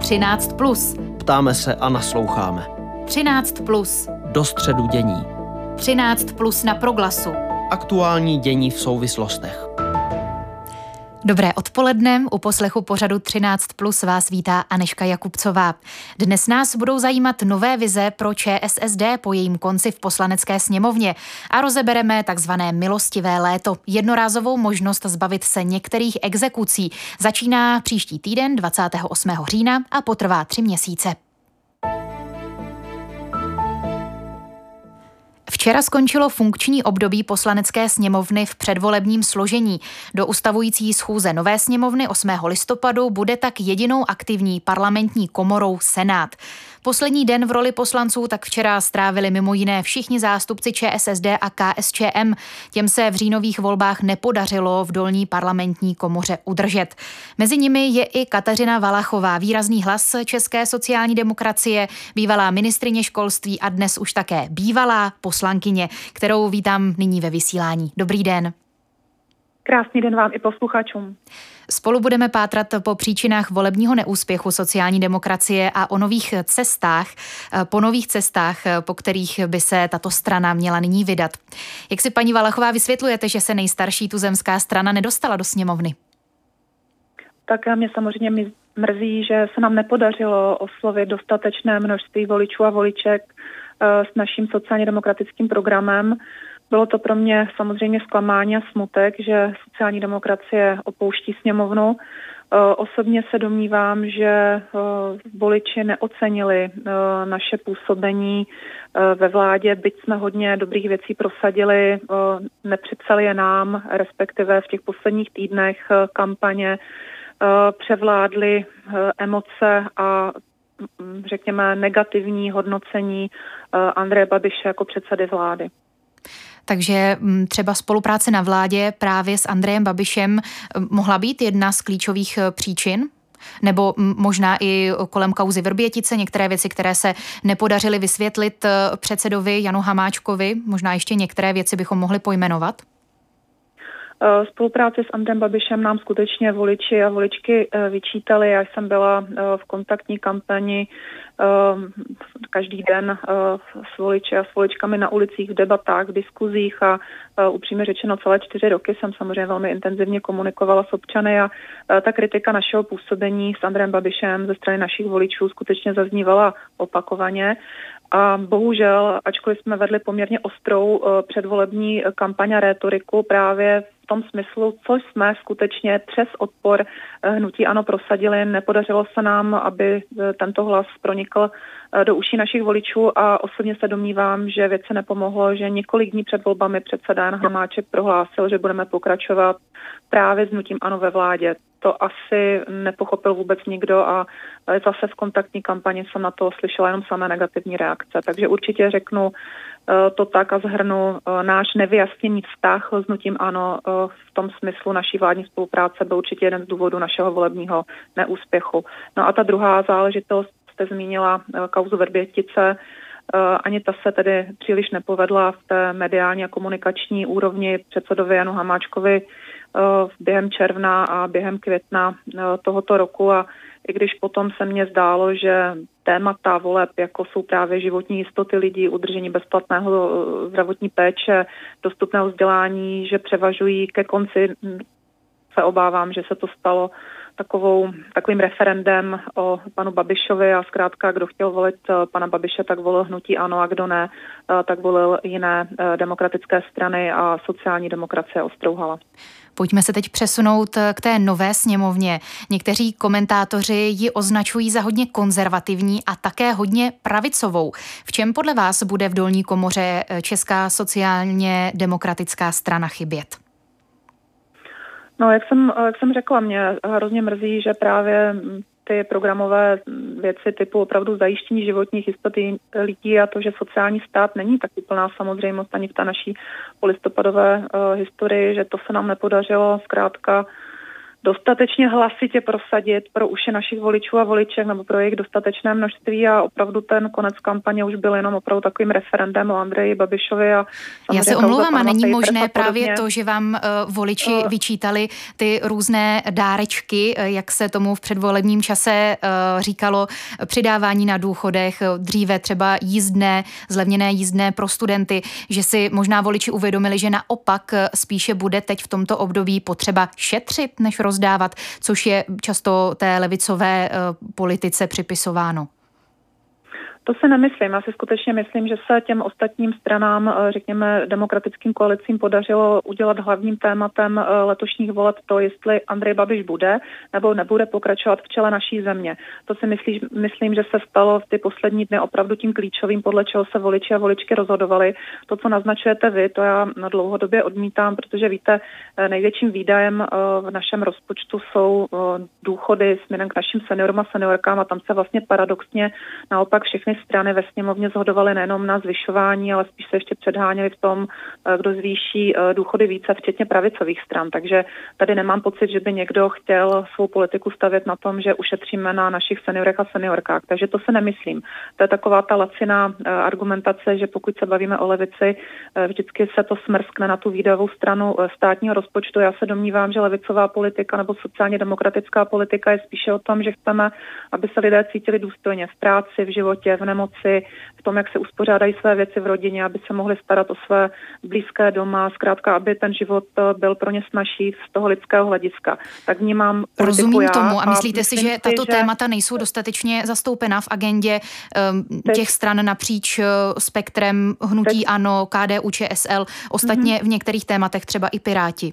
13+. Ptáme se a nasloucháme. 13+. Do středu dění. 13+ na Proglasu. Aktuální dění v souvislostech. Dobré odpoledne, u poslechu pořadu 13+ vás vítá Anežka Jakubcová. Dnes nás budou zajímat nové vize pro ČSSD po jejím konci v Poslanecké sněmovně a rozebereme takzvané milostivé léto, jednorázovou možnost zbavit se některých exekucí. Začíná příští týden 28. října a potrvá 3 měsíce. Včera skončilo funkční období Poslanecké sněmovny v předvolebním složení. Do ustavující schůze nové sněmovny 8. listopadu bude tak jedinou aktivní parlamentní komorou Senát. Poslední den v roli poslanců tak včera strávili mimo jiné všichni zástupci ČSSD a KSČM. Těm se v říjnových volbách nepodařilo v dolní parlamentní komoře udržet. Mezi nimi je i Kateřina Valachová, výrazný hlas české sociální demokracie, bývalá ministryně školství a dnes už také bývalá poslankyně, kterou vítám nyní ve vysílání. Dobrý den. Krásný den vám i posluchačům. Spolu budeme pátrat po příčinách volebního neúspěchu sociální demokracie a o nových cestách, po kterých by se tato strana měla nyní vydat. Jak si, paní Valachová, vysvětlujete, že se nejstarší tuzemská strana nedostala do sněmovny? Tak mě samozřejmě mrzí, že se nám nepodařilo oslovit dostatečné množství voličů a voliček s naším sociálně demokratickým programem. Bylo to pro mě samozřejmě zklamání a smutek, že sociální demokracie opouští sněmovnu. Osobně se domnívám, že voliči neocenili naše působení ve vládě, byť jsme hodně dobrých věcí prosadili, nepřipsali je nám, respektive v těch posledních týdnech kampaně převládly emoce a řekněme negativní hodnocení Andreje Babiše jako předsedy vlády. Takže třeba spolupráce na vládě právě s Andrejem Babišem mohla být jedna z klíčových příčin? Nebo možná i kolem kauzy Vrbětice, některé věci, které se nepodařily vysvětlit předsedovi Janu Hamáčkovi, možná ještě některé věci bychom mohli pojmenovat? Spolupráci s Andrejem Babišem nám skutečně voliči a voličky vyčítali. Já jsem byla v kontaktní kampani každý den s voliči a s voličkami na ulicích, v debatách, v diskuzích a upřímně řečeno celé 4 roky jsem samozřejmě velmi intenzivně komunikovala s občany a ta kritika našeho působení s Andrejem Babišem ze strany našich voličů skutečně zaznívala opakovaně. A bohužel, ačkoliv jsme vedli poměrně ostrou předvolební kampaň a rétoriku právě v tom smyslu, co jsme skutečně přes odpor hnutí ANO prosadili, nepodařilo se nám, aby tento hlas pronikl do uší našich voličů a osobně se domnívám, že věci nepomohlo, že několik dní před volbami předseda Jan Hamáček prohlásil, že budeme pokračovat právě s hnutím ANO ve vládě. To asi nepochopil vůbec nikdo a zase v kontaktní kampani jsem na to slyšela jenom samé negativní reakce. Takže určitě řeknu to tak a shrnu náš nevyjasněný vztah s hnutím ANO v tom smyslu naší vládní spolupráce byl určitě jeden z důvodů našeho volebního neúspěchu. No a ta druhá záležitost, jste zmínila kauzu Vrbětice, ani ta se tedy příliš nepovedla v té mediální a komunikační úrovni předsedovi Janu Hamáčkovi během června a během května tohoto roku a i když potom se mně zdálo, že témata voleb, jako jsou právě životní jistoty lidí, udržení bezplatného zdravotní péče, dostupného vzdělání, že převažují ke konci, se obávám, že se to stalo takovým referendem o panu Babišovi a zkrátka, kdo chtěl volit pana Babiše, tak volil hnutí ANO a kdo ne, tak volil jiné demokratické strany a sociální demokracie ostrouhala. Pojďme se teď přesunout k té nové sněmovně. Někteří komentátoři ji označují za hodně konzervativní a také hodně pravicovou. V čem podle vás bude v dolní komoře Česká sociálně demokratická strana chybět? No, jak jsem řekla, mě hrozně mrzí, že právě ty programové věci typu opravdu zajištění životních jistot lidí a to, že sociální stát není tak úplná samozřejmost ani v té naší polistopadové historii, že to se nám nepodařilo zkrátka dostatečně hlasitě prosadit pro uši našich voličů a voliček nebo pro jejich dostatečné množství a opravdu ten konec kampaně už byl jenom opravdu takovým referendem o Andreji Babišovi. A já se omlouvám, a není možné právě to, že vám voliči vyčítali ty různé dárečky, jak se tomu v předvolebním čase říkalo, přidávání na důchodech, dříve třeba jízdné, zlevněné jízdné pro studenty, že si možná voliči uvědomili, že naopak spíše bude teď v tomto období potřeba šetřit, než rozdávat, což je často té levicové politice připisováno. To si nemyslím. Já si skutečně myslím, že se těm ostatním stranám, řekněme demokratickým koalicím, podařilo udělat hlavním tématem letošních voleb to, jestli Andrej Babiš bude nebo nebude pokračovat v čele naší země. To si myslím, že se stalo v ty poslední dny opravdu tím klíčovým, podle čeho se voliči a voličky rozhodovali. To, co naznačujete vy, to já dlouhodobě odmítám, protože víte, největším výdajem v našem rozpočtu jsou důchody směrem k našim seniorům a seniorkám a tam se vlastně paradoxně naopak všechny strany ve sněmovně shodovaly nejenom na zvyšování, ale spíš se ještě předháněly v tom, kdo zvýší důchody více, včetně pravicových stran. Takže tady nemám pocit, že by někdo chtěl svou politiku stavět na tom, že ušetříme na našich seniorech a seniorkách. Takže to se nemyslím. To je taková ta laciná argumentace, že pokud se bavíme o levici, vždycky se to smrskne na tu výdajovou stranu státního rozpočtu. Já se domnívám, že levicová politika nebo sociálně demokratická politika je spíše o tom, že chceme, aby se lidé cítili důstojně v práci, v životě, v nemoci, v tom, jak se uspořádají své věci v rodině, aby se mohli starat o své blízké doma, zkrátka, aby ten život byl pro ně snazší z toho lidského hlediska. Tak vnímám politiku. Rozumím tomu a myslíte si, že tato témata nejsou dostatečně zastoupena v agendě těch stran napříč spektrem hnutí ANO, KDU, ČSL, ostatně v některých tématech třeba i Piráti?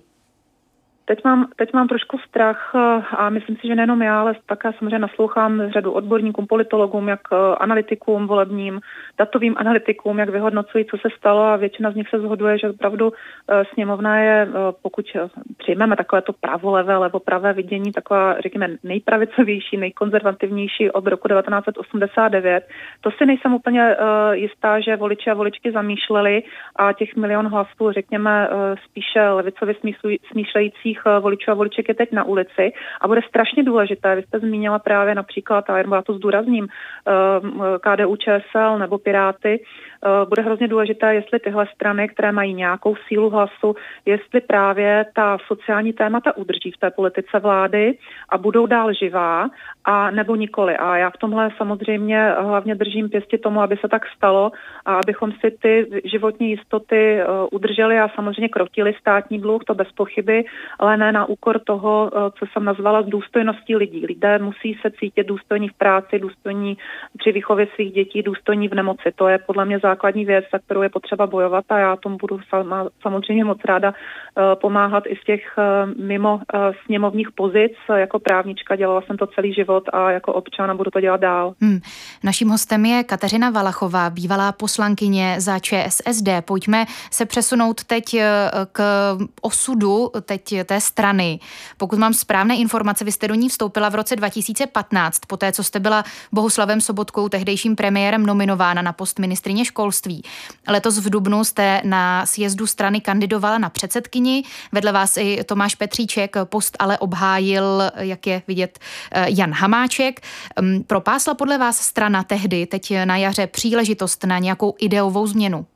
Teď mám trošku strach a myslím si, že nejenom já, ale také samozřejmě naslouchám řadu odborníkům, politologům, jak analytikům volebním, datovým analytikům, jak vyhodnocují, co se stalo a většina z nich se shoduje, že opravdu sněmovna je, pokud přijmeme takovéto pravolevé, levopravé vidění, taková, řekněme, nejpravicovější, nejkonzervativnější od roku 1989. To si nejsem úplně jistá, že voliči a voličky zamýšleli a těch milion hlasů, řekněme, spíše levicově smýšlející voličů a voliček je teď na ulici a bude strašně důležité. Vy jste zmínila právě například, a já to zdůrazním, KDU, ČSL nebo Piráty. Bude hrozně důležité, jestli tyhle strany, které mají nějakou sílu hlasu, jestli právě ta sociální témata udrží v té politice vlády a budou dál živá, a nebo nikoli. A já v tomhle samozřejmě hlavně držím pěsti tomu, aby se tak stalo a abychom si ty životní jistoty udrželi a samozřejmě krotili státní dluh, to bez pochyby, ale ne na úkor toho, co jsem nazvala s důstojností lidí. Lidé musí se cítit důstojní v práci, důstojní při výchově svých dětí, důstojní v nemoci. To je podle mě základní věc, za kterou je potřeba bojovat a já tomu budu samozřejmě moc ráda pomáhat i z těch mimo sněmovních pozic. Jako právnička dělala jsem to celý život a jako občan a budu to dělat dál. Naším hostem je Kateřina Valachová, bývalá poslankyně za ČSSD. Pojďme se přesunout teď k osudu té strany. Pokud mám správné informace, vy jste do ní vstoupila v roce 2015, poté co jste byla Bohuslavem Sobotkou, tehdejším premiérem, nominována na post ministryně školství. Letos v dubnu jste na sjezdu strany kandidovala na předsedkyni, vedle vás i Tomáš Petříček, post ale obhájil, jak je vidět, Jan Hamáček. Propásla podle vás strana tehdy, teď na jaře, příležitost na nějakou ideovou změnu?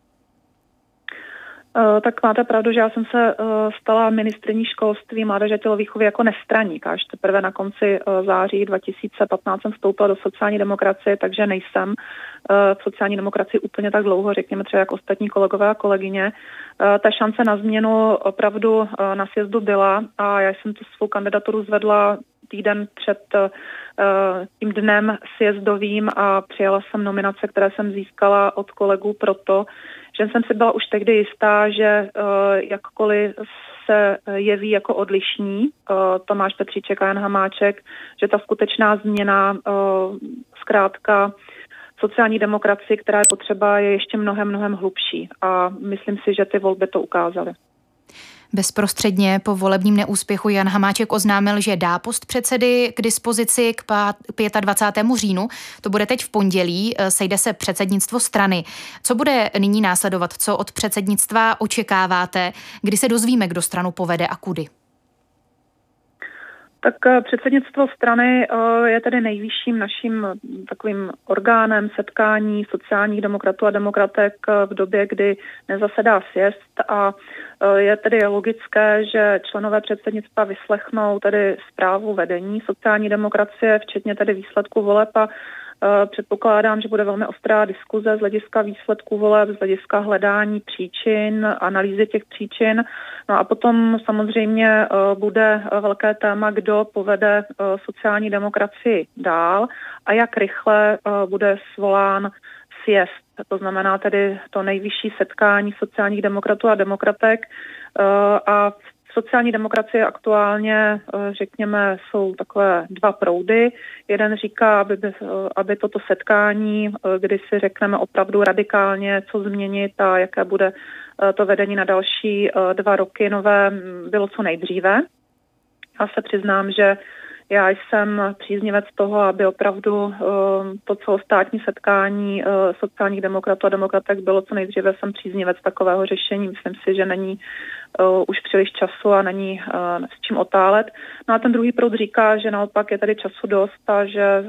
Tak máte pravdu, že já jsem se stala ministryní školství, mládeže a tělovýchovy jako nestraník. Až teprve na konci září 2015 jsem vstoupila do sociální demokracie, takže nejsem v sociální demokracii úplně tak dlouho, řekněme třeba jako ostatní kolegové a kolegyně. Ta šance na změnu opravdu na sjezdu byla a já jsem tu svou kandidaturu zvedla týden před tím dnem sjezdovým a přijala jsem nominace, které jsem získala od kolegů proto, že jsem si byla už tehdy jistá, že jakkoliv se jeví jako odlišní Tomáš Petříček a Jan Hamáček, že ta skutečná změna zkrátka sociální demokracie, která je potřeba, je ještě mnohem hlubší. A myslím si, že ty volby to ukázaly. Bezprostředně po volebním neúspěchu Jan Hamáček oznámil, že dá post předsedy k dispozici k 25. říjnu. To bude teď v pondělí, sejde se předsednictvo strany. Co bude nyní následovat? Co od předsednictva očekáváte? Kdy se dozvíme, kdo stranu povede a kudy? Tak předsednictvo strany je tedy nejvyšším naším takovým orgánem setkání sociálních demokratů a demokratek v době, kdy nezasedá sjezd a je tedy logické, že členové předsednictva vyslechnou tedy zprávu vedení sociální demokracie, včetně tedy výsledku voleb a předpokládám, že bude velmi ostrá diskuze z hlediska výsledků voleb, z hlediska hledání příčin, analýzy těch příčin. No a potom samozřejmě bude velké téma, kdo povede sociální demokracii dál a jak rychle bude svolán sjezd. To znamená tedy to nejvyšší setkání sociálních demokratů a demokratek a sociální demokracie aktuálně, řekněme, jsou takové dva proudy. Jeden říká, aby toto setkání, kdy si řekneme opravdu radikálně, co změnit a jaké bude to vedení na další 2 roky nové, bylo co nejdříve. Já se přiznám, že já jsem příznivec toho, aby opravdu to celostátní setkání sociálních demokratů a demokratek bylo co nejdříve. Jsem příznivec takového řešení. Myslím si, že není už příliš času a není s čím otálet. No a ten druhý proud říká, že naopak je tady času dost a že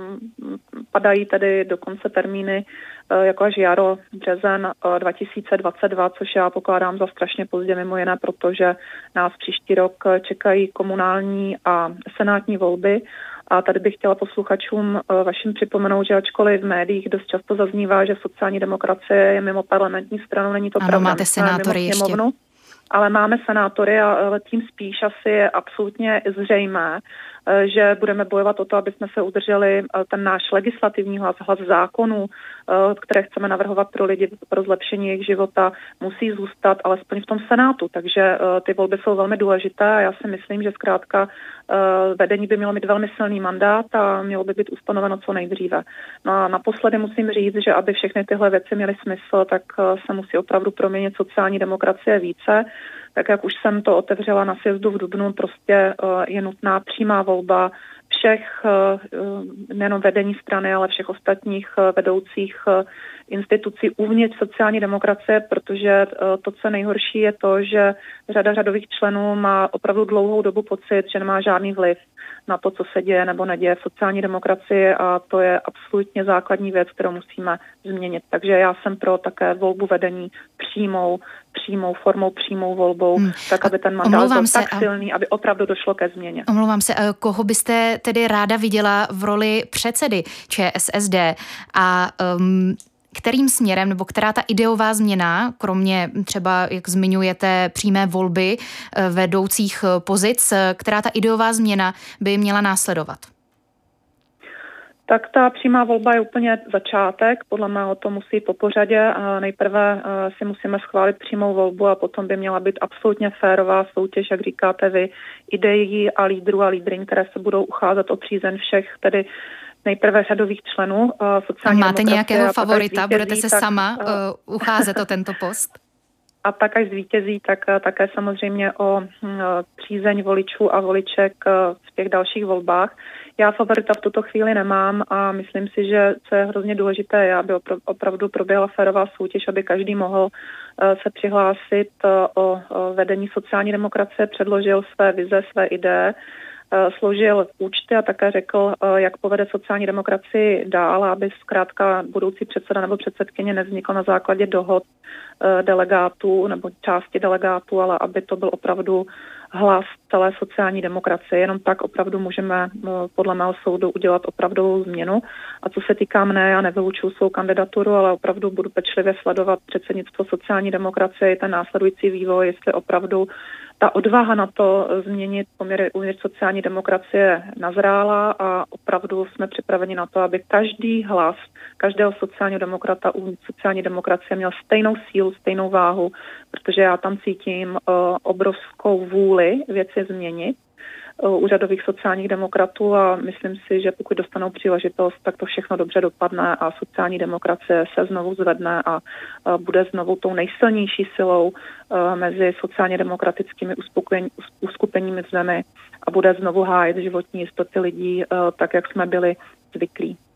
padají tady dokonce termíny jako až jaro, březen 2022, což já pokládám za strašně pozdě mimo jiné, protože nás příští rok čekají komunální a senátní volby. A tady bych chtěla posluchačům vašim připomenout, že ačkoliv v médiích dost často zaznívá, že sociální demokracie je mimo parlamentní stranu, není to pravda. Ano, máte senátory ještě. Ale máme senátory a tím spíš asi je absolutně zřejmé, že budeme bojovat o to, aby jsme se udrželi ten náš legislativní hlas zákonů, které chceme navrhovat pro lidi pro zlepšení jejich života, musí zůstat alespoň v tom Senátu. Takže ty volby jsou velmi důležité a já si myslím, že zkrátka vedení by mělo mít velmi silný mandát a mělo by být ustanoveno co nejdříve. No a naposledy musím říct, že aby všechny tyhle věci měly smysl, tak se musí opravdu proměnit sociální demokracie více. Tak jak už jsem to otevřela na sjezdu v dubnu, prostě je nutná přímá volba všech, nejenom vedení strany, ale všech ostatních vedoucích institucí uvnitř sociální demokracie, protože to, co nejhorší, je to, že řada řadových členů má opravdu dlouhou dobu pocit, že nemá žádný vliv na to, co se děje nebo neděje v sociální demokracii a to je absolutně základní věc, kterou musíme změnit. Takže já jsem pro také volbu vedení přímou formou, přímou volbou, tak aby ten mandát byl tak silný, aby opravdu došlo ke změně. Omlouvám se, koho byste tedy ráda viděla v roli předsedy ČSSD a kterým směrem, nebo která ta ideová změna, kromě třeba, jak zmiňujete, přímé volby vedoucích pozic, která ta ideová změna by měla následovat? Tak ta přímá volba je úplně začátek, podle mého to musí po pořadě. Nejprve si musíme schválit přímou volbu a potom by měla být absolutně férová soutěž, jak říkáte vy, ideí a lídrů a lídryň, které se budou ucházet o přízeň všech, tedy nejprve řadových členů sociální Máte demokracie. Nějakého favorita? Budete se sama ucházet o tento post? A tak až zvítězí, tak také samozřejmě o přízeň voličů a voliček v těch dalších volbách. Já favorita v tuto chvíli nemám a myslím si, že co je hrozně důležité je, aby opravdu proběhla férová soutěž, aby každý mohl se přihlásit o vedení sociální demokracie, předložil své vize, své ideje, složil účty a také řekl, jak povede sociální demokracii dál, aby zkrátka budoucí předseda nebo předsedkyně nevznikl na základě dohod delegátů nebo části delegátů, ale aby to byl opravdu hlas celé sociální demokracie. Jenom tak opravdu můžeme podle mého soudu udělat opravdovou změnu. A co se týká mne, já nevylučuju svou kandidaturu, ale opravdu budu pečlivě sledovat předsednictvo sociální demokracie i ten následující vývoj, jestli opravdu ta odvaha na to změnit poměry uvnitř sociální demokracie nazrála a opravdu jsme připraveni na to, aby každý hlas každého sociálního demokrata uvnitř sociální demokracie měl stejnou sílu, stejnou váhu, protože já tam cítím obrovskou vůli věci změnit úřadových sociálních demokratů a myslím si, že pokud dostanou příležitost, tak to všechno dobře dopadne a sociální demokracie se znovu zvedne a bude znovu tou nejsilnější silou mezi sociálně demokratickými uskupeními v zemi a bude znovu hájit životní jistoty lidí, tak jak jsme byli zvyklí.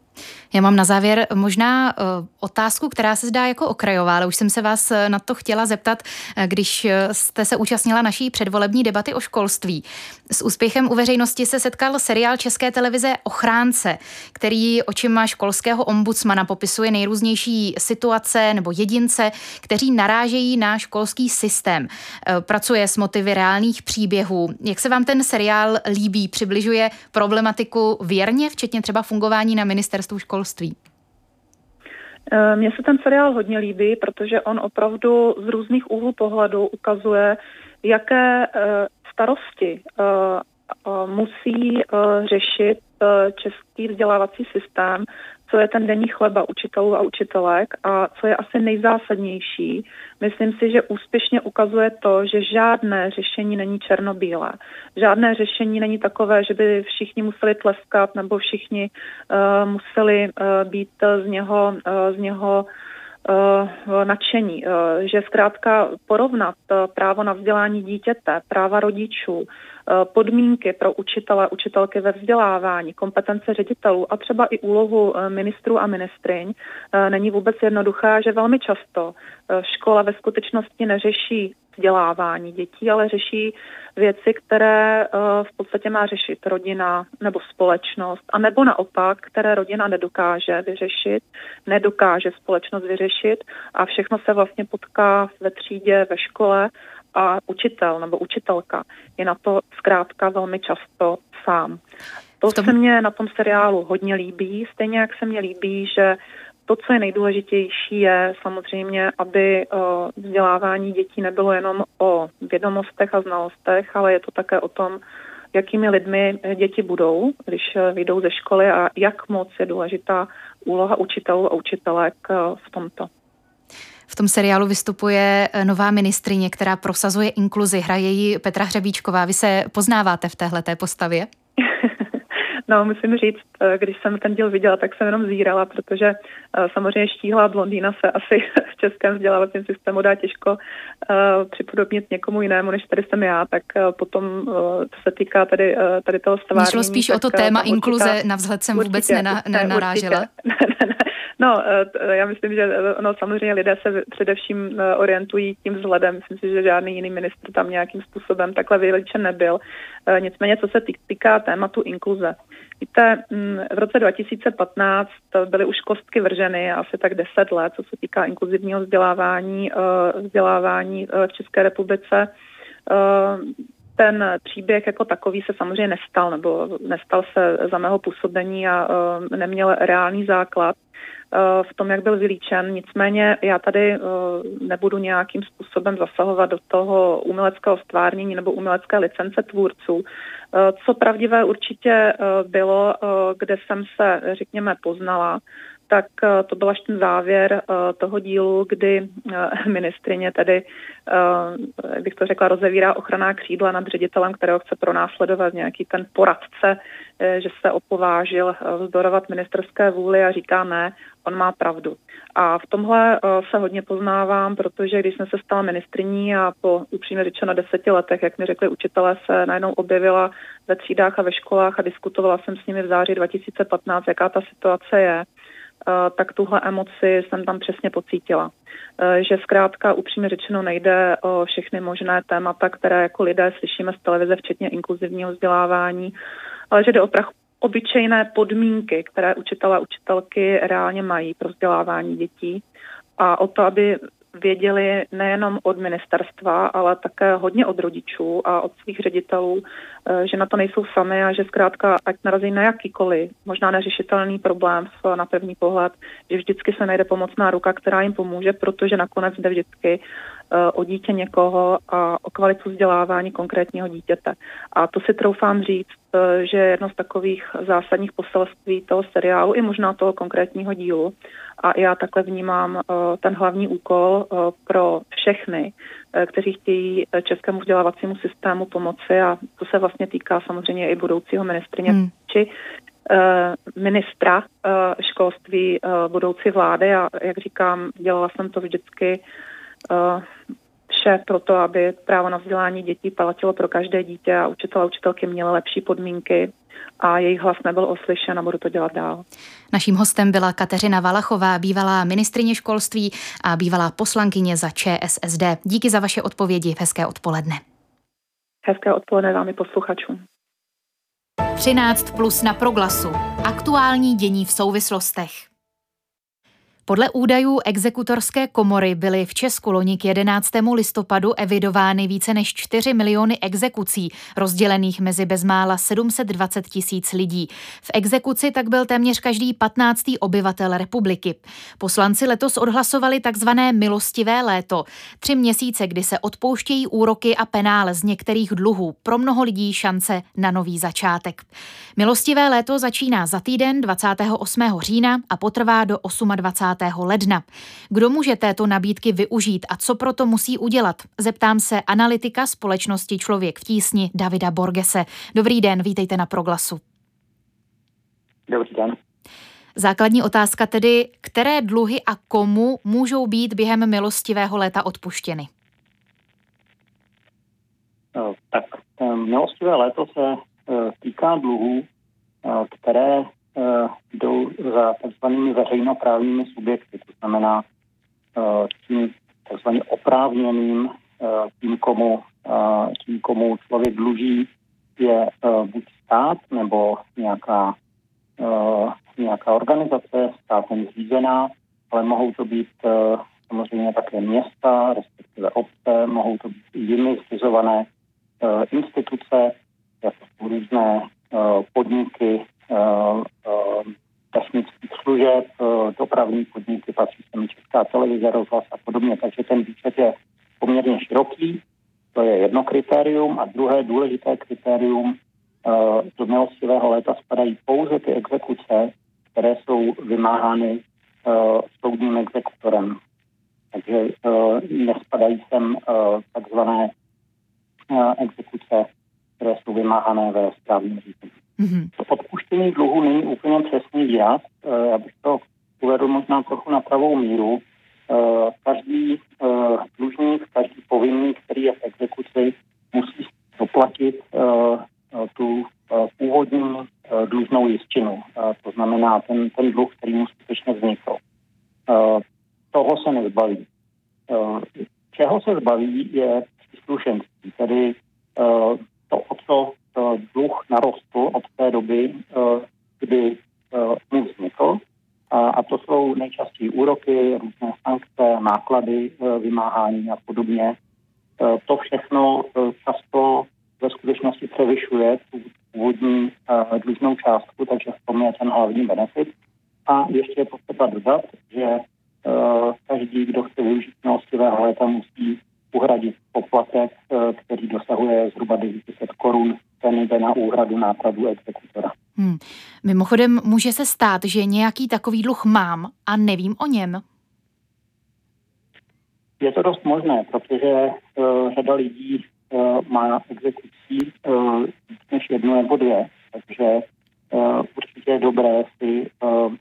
Já mám na závěr možná otázku, která se zdá jako okrajová, ale už jsem se vás na to chtěla zeptat, když jste se účastnila naší předvolební debaty o školství. S úspěchem u veřejnosti se setkal seriál České televize Ochránce, který očima školského ombudsmana popisuje nejrůznější situace nebo jedince, kteří narážejí na školský systém. Pracuje s motivy reálných příběhů. Jak se vám ten seriál líbí? Přibližuje problematiku věrně, včetně třeba fungování na ministerstvu školství? Mně se ten seriál hodně líbí, protože on opravdu z různých úhlů pohledu ukazuje, jaké starosti musí řešit český vzdělávací systém, co je ten denní chleba učitelů a učitelek a co je asi nejzásadnější. Myslím si, že úspěšně ukazuje to, že žádné řešení není černobílé. Žádné řešení není takové, že by všichni museli tleskat nebo všichni museli být z něho nadšení, že zkrátka porovnat právo na vzdělání dítěte, práva rodičů, podmínky pro učitele, učitelky ve vzdělávání, kompetence ředitelů a třeba i úlohu ministrů a ministryň není vůbec jednoduchá, že velmi často škola ve skutečnosti neřeší vzdělávání dětí, ale řeší věci, které v podstatě má řešit rodina nebo společnost, a nebo naopak, které rodina nedokáže vyřešit, nedokáže společnost vyřešit a všechno se vlastně potká ve třídě, ve škole a učitel nebo učitelka je na to zkrátka velmi často sám. To se mně na tom seriálu hodně líbí, stejně jak se mně líbí, že to, co je nejdůležitější, je samozřejmě, aby vzdělávání dětí nebylo jenom o vědomostech a znalostech, ale je to také o tom, jakými lidmi děti budou, když vyjdou ze školy a jak moc je důležitá úloha učitelů a učitelek v tomto. V tom seriálu vystupuje nová ministryně, která prosazuje inkluzi. Hraje ji Petra Hřebíčková. Vy se poznáváte v téhleté postavě? No, musím říct, když jsem ten díl viděla, tak jsem jenom zírala, protože samozřejmě štíhlá blondýna se asi v českém vzdělávacím systému dá těžko připodobnit někomu jinému, než tady jsem já, tak potom, co se týká tady toho stvárnění. Šlo spíš o to téma inkluze, na vzhled jsem vůbec nenarážela. No, já myslím, že samozřejmě lidé se především orientují tím vzhledem. Myslím si, že žádný jiný ministr tam nějakým způsobem takhle vyličen nebyl. Nicméně, co se týká tématu inkluze. Víte, v roce 2015 byly už kostky vrženy asi tak 10 let, co se týká inkluzivního vzdělávání v České republice. Ten příběh jako takový se samozřejmě nestal se za mého působení a neměl reálný základ v tom, jak byl vylíčen. Nicméně já tady nebudu nějakým způsobem zasahovat do toho uměleckého stvárnění nebo umělecké licence tvůrců. Co pravdivé určitě bylo, kde jsem se, řekněme, poznala, tak to byl až ten závěr toho dílu, kdy ministryně tedy, bych to řekla, rozevírá ochranná křídla nad ředitelem, kterého chce pronásledovat nějaký ten poradce, že se opovážil vzdorovat ministerské vůli a říká ne, on má pravdu. A v tomhle se hodně poznávám, protože když jsem se stala ministryní a po upřímně řečeno 10 letech, jak mi řekli učitelé, se najednou objevila ve třídách a ve školách a diskutovala jsem s nimi v září 2015, jaká ta situace je, tak tuhle emoci jsem tam přesně pocítila. Že zkrátka upřímně řečeno nejde o všechny možné témata, které jako lidé slyšíme z televize, včetně inkluzivního vzdělávání, ale že jde o obyčejné podmínky, které učitelé a učitelky reálně mají pro vzdělávání dětí a o to, aby věděli nejenom od ministerstva, ale také hodně od rodičů a od svých ředitelů, že na to nejsou sami a že zkrátka, ať narazí na jakýkoliv možná neřešitelný problém na první pohled, že vždycky se najde pomocná ruka, která jim pomůže, protože nakonec jde vždycky o dítě někoho a o kvalitu vzdělávání konkrétního dítěte. A to si troufám říct, že jedno z takových zásadních poselství toho seriálu i možná toho konkrétního dílu. A já takhle vnímám ten hlavní úkol pro všechny, kteří chtějí českému vzdělávacímu systému pomoci, a to se vlastně týká samozřejmě i budoucího ministryně či ministra školství budoucí vlády. A jak říkám, dělala jsem to vždycky vše pro to, aby právo na vzdělání dětí platilo pro každé dítě a učitelé a učitelky měli lepší podmínky a jejich hlas nebyl oslyšen a budu to dělat dál. Naším hostem byla Kateřina Valachová, bývalá ministryně školství a bývalá poslankyně za ČSSD. Díky za vaše odpovědi. Hezké odpoledne. Hezké odpoledne vám i posluchačům. 13+ na Proglasu. Aktuální dění v souvislostech. Podle údajů exekutorské komory byly v Česku loni k 11. listopadu evidovány více než 4 miliony exekucí, rozdělených mezi bezmála 720 000 lidí. V exekuci tak byl téměř každý 15. obyvatel republiky. Poslanci letos odhlasovali takzvané milostivé léto. 3 měsíce, kdy se odpouštějí úroky a penále z některých dluhů. Pro mnoho lidí šance na nový začátek. Milostivé léto začíná za týden 28. října a potrvá do 28. ledna. Kdo může této nabídky využít a co proto musí udělat? Zeptám se analytika společnosti Člověk v tísni Davida Borgese. Dobrý den, vítejte na Proglasu. Dobrý den. Základní otázka tedy, které dluhy a komu můžou být během milostivého léta odpuštěny? Tak milostivé léto se týká dluhů, které jdou za takzvanými veřejnoprávními subjekty, to znamená tím takzvaně oprávněným, tím, komu člověk dluží, je buď stát nebo nějaká organizace státem zřízená, ale mohou to být samozřejmě také města, respektive obce, mohou to být i jimi zřizované instituce, jako jsou různé podniky, technických služeb, dopravní podniky, patří sem Česká televize, rozhlas a podobně. Takže ten výčet je poměrně široký. To je jedno kritérium. A druhé důležité kritérium, do milostivého léta spadají pouze ty exekuce, které jsou vymáhány soudním exekutorem. Takže nespadají sem takzvané exekuce, které jsou vymáhané ve správním řízení. Odpuštění dluhu není úplně přesný výraz. Já bych to uvedl možná trochu na pravou míru. Každý dlužník, každý povinný, který je v exekuci, musí doplatit tu původní dlužnou jistinu. To znamená ten dluh, který mu skutečně vznikl. Toho se nezbaví. Čeho se zbaví, je příslušenství, tedy to, o co dluh narostl od té doby, kdy mu vznikl. A to jsou nejčastěji úroky, různé sankce, náklady vymáhání a podobně. To všechno často ve skutečnosti převyšuje tu původní dlužnou částku, takže v tom je ten hlavní benefit. A ještě je potřeba dodat, že každý, kdo chce využít milostivého léta, musí uhradit poplatek, který dosahuje zhruba 900 korun, ten jde na úhradu nákladů exekutora. Mimochodem, může se stát, že nějaký takový dluh mám a nevím o něm? Je to dost možné, protože řada lidí má exekucí než 1 nebo 2, takže určitě je dobré si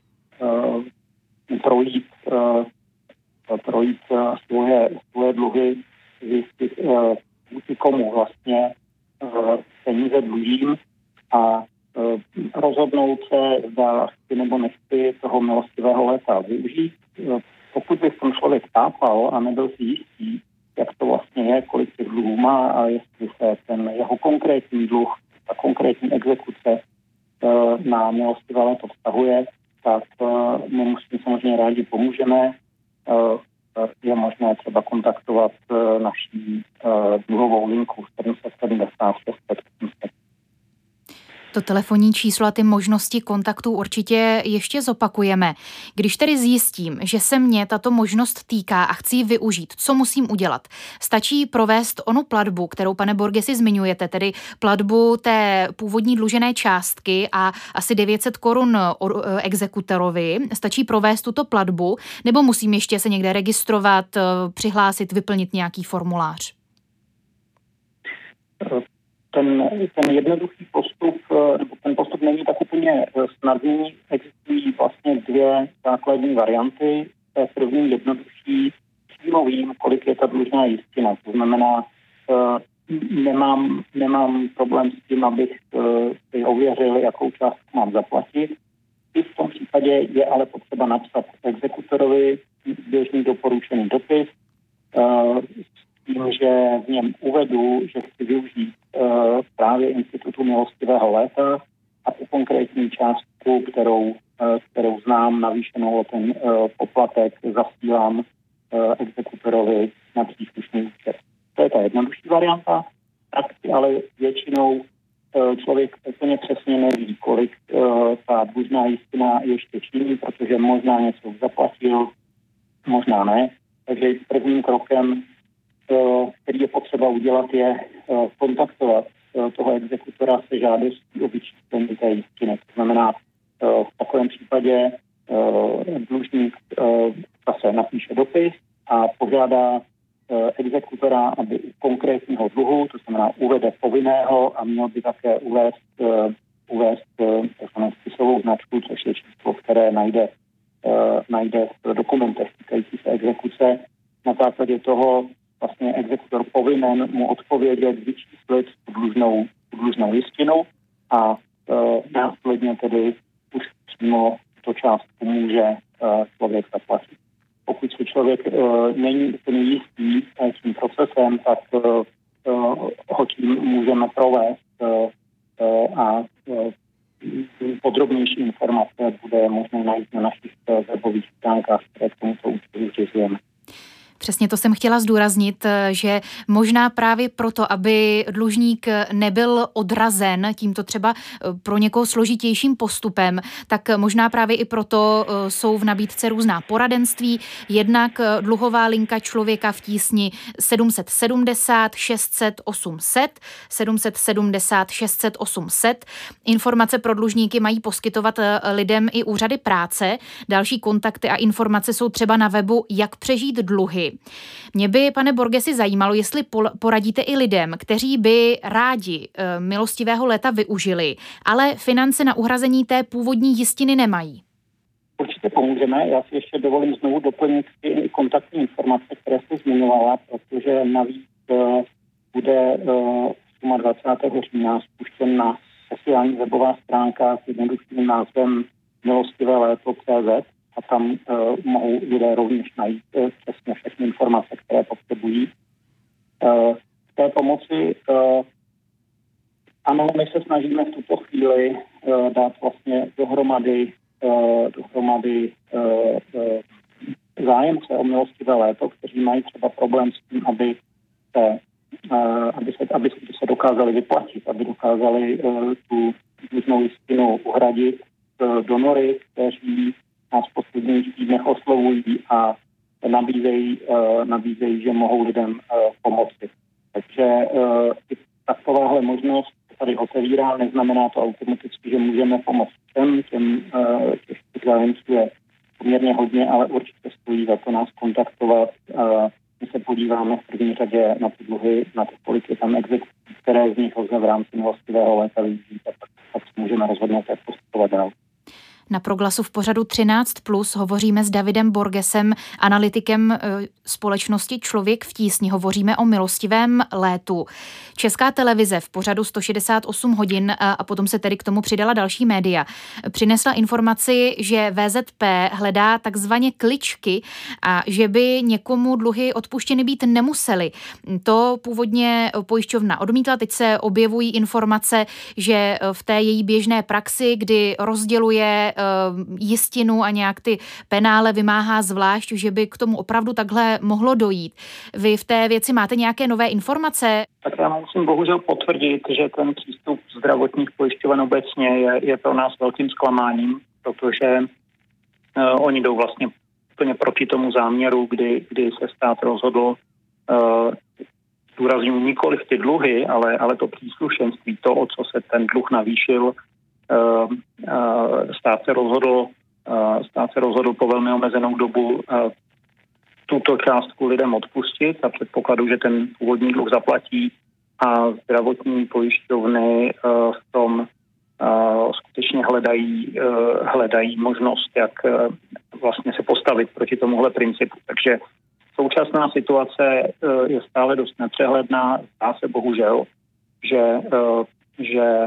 projít svoje dluhy, zjistit, vůči komu vlastně peníze dlužím a rozhodnout se, zda chci nebo nechci toho milostivého léta využít. Pokud by v tom člověk tápal a nebyl si jistý, jak to vlastně je, kolik těch dluhů má a jestli se ten jeho konkrétní dluh, ta konkrétní exekuce na milostivé léto vztahuje, tak my musíme samozřejmě rádi pomůžeme. Je možné třeba kontaktovat naší dluhovou linku 776 500. To telefonní číslo a ty možnosti kontaktu určitě ještě zopakujeme. Když tedy zjistím, že se mě tato možnost týká a chci ji využít, co musím udělat? Stačí provést onu platbu, kterou, pane Borgesi, zmiňujete, tedy platbu té původní dlužené částky a asi 900 korun exekutorovi. Stačí provést tuto platbu, nebo musím ještě se někde registrovat, přihlásit, vyplnit nějaký formulář? Ten jednoduchý postup, nebo ten postup není tak úplně snadný. Existují vlastně 2 základní varianty. V té první jednodušší přímo vím, kolik je ta dlužná jistina. To znamená, nemám problém s tím, abych si ověřil, jakou částku mám zaplatit. I v tom případě je ale potřeba napsat exekutorovi běžný doporučený dopis s tím, že v něm uvedu, že chci využít právě institutu milostivého léta a tu konkrétní částku, kterou znám, navýšenou o ten poplatek, zasílám exekutorovi na příslušný účet. To je ta jednodušší varianta, ale většinou člověk úplně přesně neví, kolik ta dlužná jistina ještě činí, protože možná něco zaplatil, možná ne. Takže prvním krokem, který je potřeba udělat, je kontaktovat toho exekutora se žádostí o vyčíslení té jistiny. To znamená, v takovém případě dlužník zase napíše dopis a požádá exekutora, aby u konkrétního dluhu, to znamená uvede povinného a měl by také uvést takzvanou spisovou značku, což je číslo, které najde v dokumentech týkající se exekuce. Na základě toho vlastně exekutor povinen mu odpovědět, vyčíslit dlužnou jistinu a následně tedy už přímo tu částku může člověk zaplatit. Pokud si člověk není úplně jistý tím procesem, tak ho tím můžeme provést a podrobnější informace bude možné najít na našich webových stránkách, které k tomuto účelu zřizujeme. Přesně to jsem chtěla zdůraznit, že možná právě proto, aby dlužník nebyl odrazen tímto třeba pro někoho složitějším postupem, tak možná právě i proto jsou v nabídce různá poradenství. Jednak dluhová linka člověka v tísni 770 600 800, 770 600 800. Informace pro dlužníky mají poskytovat lidem i úřady práce. Další kontakty a informace jsou třeba na webu Jak přežít dluhy. Mě by, pane Borgesi, zajímalo, jestli poradíte i lidem, kteří by rádi milostivého léta využili, ale finance na uhrazení té původní jistiny nemají. Určitě pomůžeme. Já si ještě dovolím znovu doplnit ty kontaktní informace, které jste zmiňovala, protože navíc bude 28. října spuštěn na speciální webová stránka s jednoduchým názvem milostivéléto.cz a tam mohou lidé rovněž najít přesně všechny informace, které potřebují. V té pomoci ano, my se snažíme v tuto chvíli dát vlastně dohromady zájemce o milostivé léto, kteří mají třeba problém s tím, aby se dokázali vyplatit, aby dokázali tu dlužnou jistinu uhradit, donory, kteří nás v posledních týdnech oslovují a nabízejí, že mohou lidem pomoci. Takže i takováhle možnost tady otevírá, neznamená to automaticky, že můžeme pomoct všem, těch zájemců je poměrně hodně, ale určitě stojí za to nás kontaktovat. My se podíváme v první řadě na ty dluhy, na to, kolik je tam exekucí, které z nich lze v rámci milostivého léta využít a pak můžeme rozhodnout, jak postupovat dál. Na Proglasu v pořadu 13+ hovoříme s Davidem Borgesem, analytikem společnosti Člověk v tísni. Hovoříme o milostivém létu. Česká televize v pořadu 168 hodin a potom se tedy k tomu přidala další média. Přinesla informaci, že VZP hledá takzvaně kličky a že by někomu dluhy odpuštěny být nemusely. To původně pojišťovna odmítla. Teď se objevují informace, že v té její běžné praxi, kdy rozděluje jistinu a nějak ty penále vymáhá zvlášť, že by k tomu opravdu takhle mohlo dojít. Vy v té věci máte nějaké nové informace? Tak já musím bohužel potvrdit, že ten přístup zdravotních pojišťoven obecně je pro nás velkým zklamáním, protože oni jdou vlastně úplně proti tomu záměru, kdy se stát rozhodl zdůrazním nikoliv ty dluhy, ale to příslušenství, to, o co se ten dluh navýšil, stát se rozhodl po velmi omezenou dobu tuto částku lidem odpustit a předpokladu, že ten původní dluh zaplatí a zdravotní pojišťovny v tom skutečně hledají možnost, jak vlastně se postavit proti tomuhle principu. Takže Současná situace je stále dost nepřehledná. Zdá se bohužel, že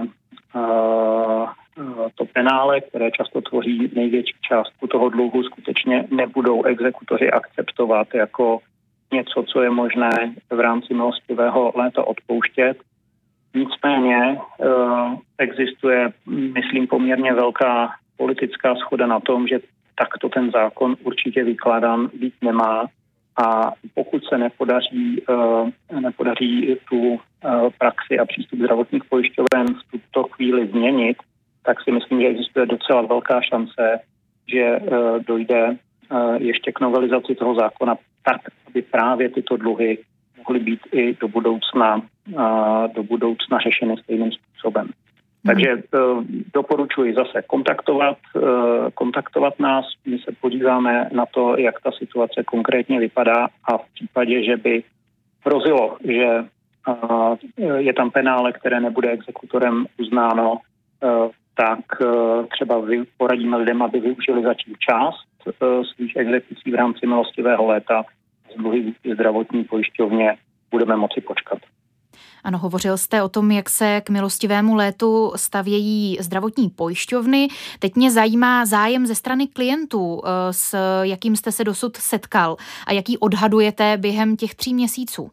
to penále, které často tvoří největší částku toho dluhu, skutečně nebudou exekutoři akceptovat jako něco, co je možné v rámci milostivého léta odpouštět. Nicméně existuje, myslím, poměrně velká politická shoda na tom, že takto ten zákon určitě vykládán být nemá. A pokud se nepodaří tu praxi a přístup zdravotních pojišťoven v tuto chvíli změnit, tak si myslím, že existuje docela velká šance, že dojde ještě k novelizaci toho zákona tak, aby právě tyto dluhy mohly být i do budoucna řešeny stejným způsobem. Takže doporučuji zase kontaktovat nás, my se podíváme na to, jak ta situace konkrétně vypadá a v případě, že by hrozilo, že je tam penále, které nebude exekutorem uznáno, tak třeba poradíme lidem, aby využili zatím část svých exekucí v rámci milostivého léta. Z dluhy zdravotní pojišťovně budeme moci počkat. Ano, hovořil jste o tom, jak se k milostivému létu stavějí zdravotní pojišťovny. Teď mě zajímá zájem ze strany klientů, s jakým jste se dosud setkal a jaký odhadujete během těch 3 měsíců.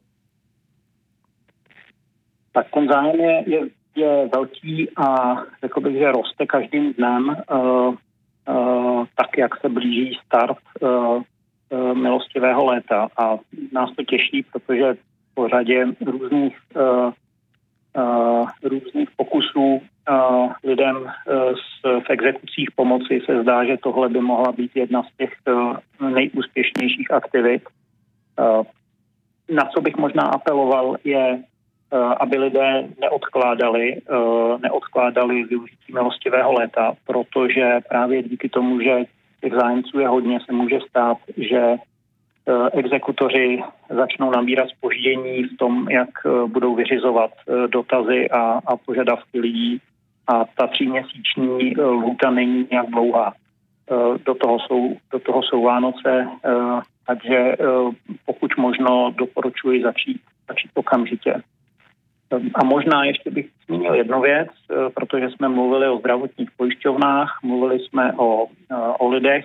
Tak ten zájem je velký a řekl bych, že roste každým dnem, tak jak se blíží start milostivého léta. A nás to těší, protože po řadě různých pokusů lidem v exekucích pomoci se zdá, že tohle by mohla být jedna z těch nejúspěšnějších aktivit. Na co bych možná apeloval je, aby lidé neodkládali využití milostivého léta, protože právě díky tomu, že těch zájemců je hodně, se může stát, že exekutoři začnou nabírat zpoždění v tom, jak budou vyřizovat dotazy a požadavky lidí a ta 3měsíční lhůta není nějak dlouhá. Do toho jsou Vánoce, takže pokud možno doporučuji začít okamžitě. A možná ještě bych zmínil jednu věc, protože jsme mluvili o zdravotních pojišťovnách, mluvili jsme o lidech,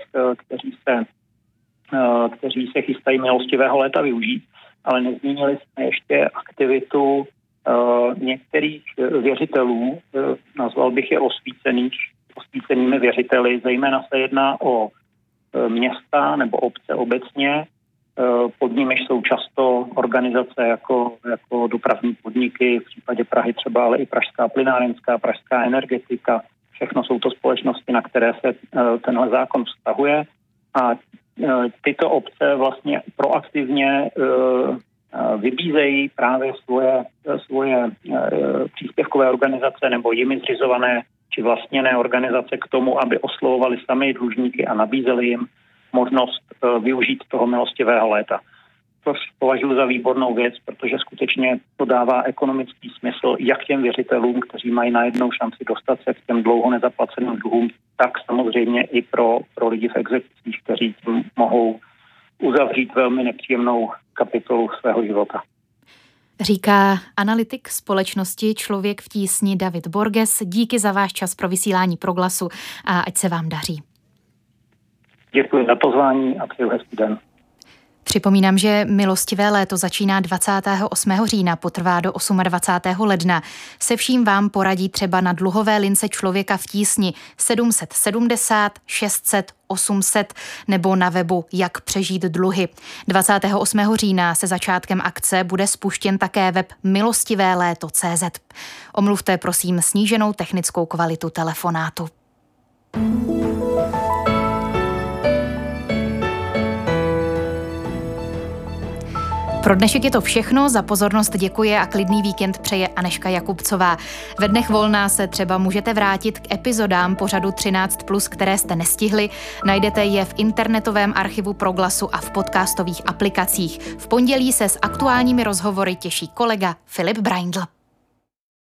kteří se chystají milostivého léta využít, ale nezmínili jsme ještě aktivitu některých věřitelů, nazval bych je osvícenými věřiteli, zejména se jedná o města nebo obce obecně, pod nimiž jsou často organizace jako dopravní podniky, v případě Prahy třeba, ale i Pražská plynárenská, Pražská energetika. Všechno jsou to společnosti, na které se tenhle zákon vztahuje a tyto obce vlastně proaktivně vybízejí právě svoje příspěvkové organizace nebo jimi zřizované či vlastněné organizace k tomu, aby oslovovali sami dlužníky a nabízeli jim možnost využít toho milostivého léta. To považuji za výbornou věc, protože skutečně to dává ekonomický smysl jak těm věřitelům, kteří mají najednou šanci dostat se k těm dlouho nezaplaceným dluhům, tak samozřejmě i pro lidi v exekucích, kteří tím mohou uzavřít velmi nepříjemnou kapitolu svého života. Říká analytik společnosti Člověk v tísni David Borges. Díky za váš čas pro vysílání Proglasu a ať se vám daří. Děkuji za pozvání a přeju hezký den. Připomínám, že milostivé léto začíná 28. října, potrvá do 28. ledna. Se vším vám poradí třeba na dluhové lince Člověka v tísni 770 600 800 nebo na webu Jak přežít dluhy. 28. října se začátkem akce bude spuštěn také web milostivéléto.cz. Omluvte prosím sníženou technickou kvalitu telefonátu. Pro dnešek je to všechno, za pozornost děkuje a klidný víkend přeje Anežka Jakubcová. Ve dnech volna se třeba můžete vrátit k epizodám pořadu 13+, které jste nestihli. Najdete je v internetovém archivu Proglasu a v podcastových aplikacích. V pondělí se s aktuálními rozhovory těší kolega Filip Braindl.